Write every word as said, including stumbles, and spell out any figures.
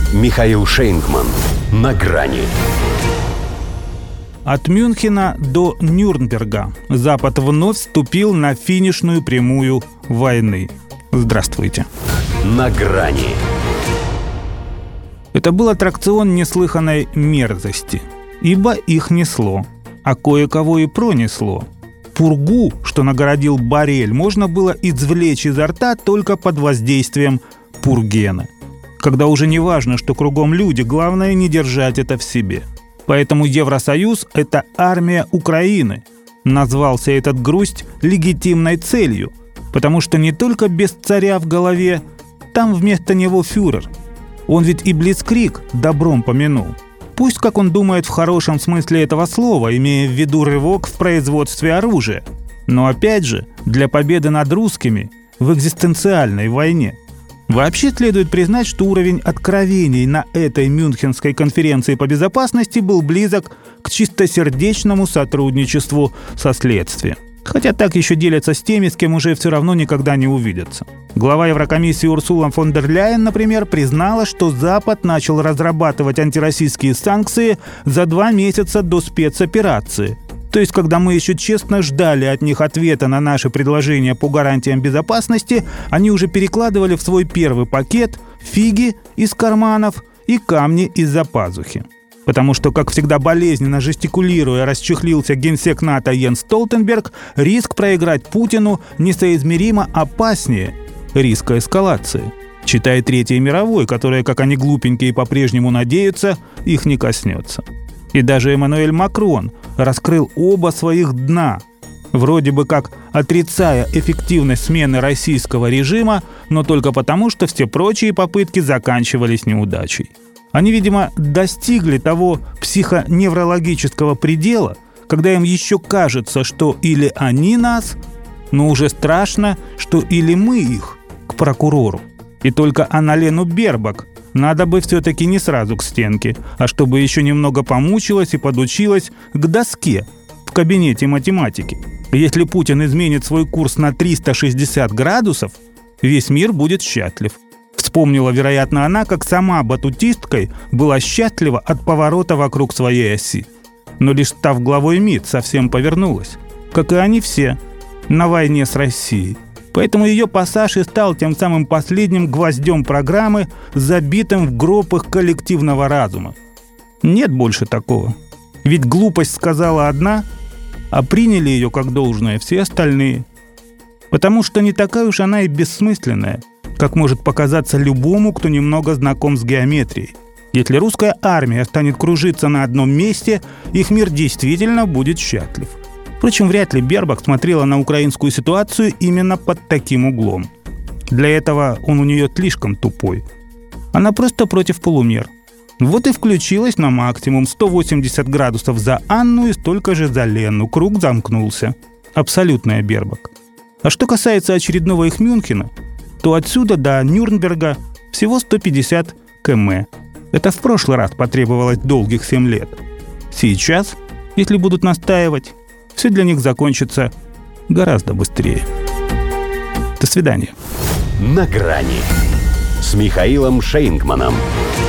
Михаил Шейнгман. На грани. От Мюнхена до Нюрнберга Запад вновь вступил на финишную прямую войны. Здравствуйте. На грани. Это был аттракцион неслыханной мерзости, ибо их несло, а кое-кого и пронесло. Пургу, что нагородил Боррель, можно было извлечь изо рта только под воздействием пургена. Когда уже не важно, что кругом люди, главное не держать это в себе. Поэтому Евросоюз – это армия Украины. Назвался этот грусть легитимной целью, потому что не только без царя в голове, там вместо него фюрер. Он ведь и Блицкриг добром помянул. Пусть, как он думает в хорошем смысле этого слова, имея в виду рывок в производстве оружия. Но опять же, для победы над русскими в экзистенциальной войне. Вообще следует признать, что уровень откровений на этой Мюнхенской конференции по безопасности был близок к чистосердечному сотрудничеству со следствием. Хотя так еще делятся с теми, с кем уже все равно никогда не увидятся. Глава Еврокомиссии Урсула фон дер Ляйен, например, признала, что Запад начал разрабатывать антироссийские санкции за два месяца до спецоперации. То есть, когда мы еще честно ждали от них ответа на наши предложения по гарантиям безопасности, они уже перекладывали в свой первый пакет фиги из карманов и камни из-за пазухи. Потому что, как всегда болезненно жестикулируя, расчехлился генсек НАТО Йенс Столтенберг, риск проиграть Путину несоизмеримо опаснее риска эскалации. Читай Третьей мировой, которая, как они глупенькие по-прежнему надеются, их не коснется. И даже Эммануэль Макрон раскрыл оба своих дна, вроде бы как отрицая эффективность смены российского режима, но только потому, что все прочие попытки заканчивались неудачей. Они, видимо, достигли того психоневрологического предела, когда им еще кажется, что или они нас, но уже страшно, что или мы их к прокурору. И только Анналену Бербак надо бы все-таки не сразу к стенке, а чтобы еще немного помучилась и подучилась к доске в кабинете математики. Если Путин изменит свой курс на триста шестьдесят градусов, весь мир будет счастлив. Вспомнила, вероятно, она, как сама батутисткой была счастлива от поворота вокруг своей оси. Но лишь став главой МИД, совсем повернулась. Как и они все, на войне с Россией. Поэтому ее пассаж и стал тем самым последним гвоздем программы, забитым в гроб их коллективного разума. Нет больше такого. Ведь глупость сказала одна, а приняли ее как должное все остальные. Потому что не такая уж она и бессмысленная, как может показаться любому, кто немного знаком с геометрией. Если русская армия станет кружиться на одном месте, их мир действительно будет счастлив. Впрочем, вряд ли Бербак смотрела на украинскую ситуацию именно под таким углом. Для этого он у нее слишком тупой. Она просто против полумер. Вот и включилась на максимум сто восемьдесят градусов за Анну и столько же за Лену. Круг замкнулся. Абсолютная Бербак. А что касается очередного их Мюнхена, то отсюда до Нюрнберга всего сто пятьдесят километров. Это в прошлый раз потребовалось долгих семь лет. Сейчас, если будут настаивать, все для них закончится гораздо быстрее. До свидания. На грани с Михаилом Шейнгманом.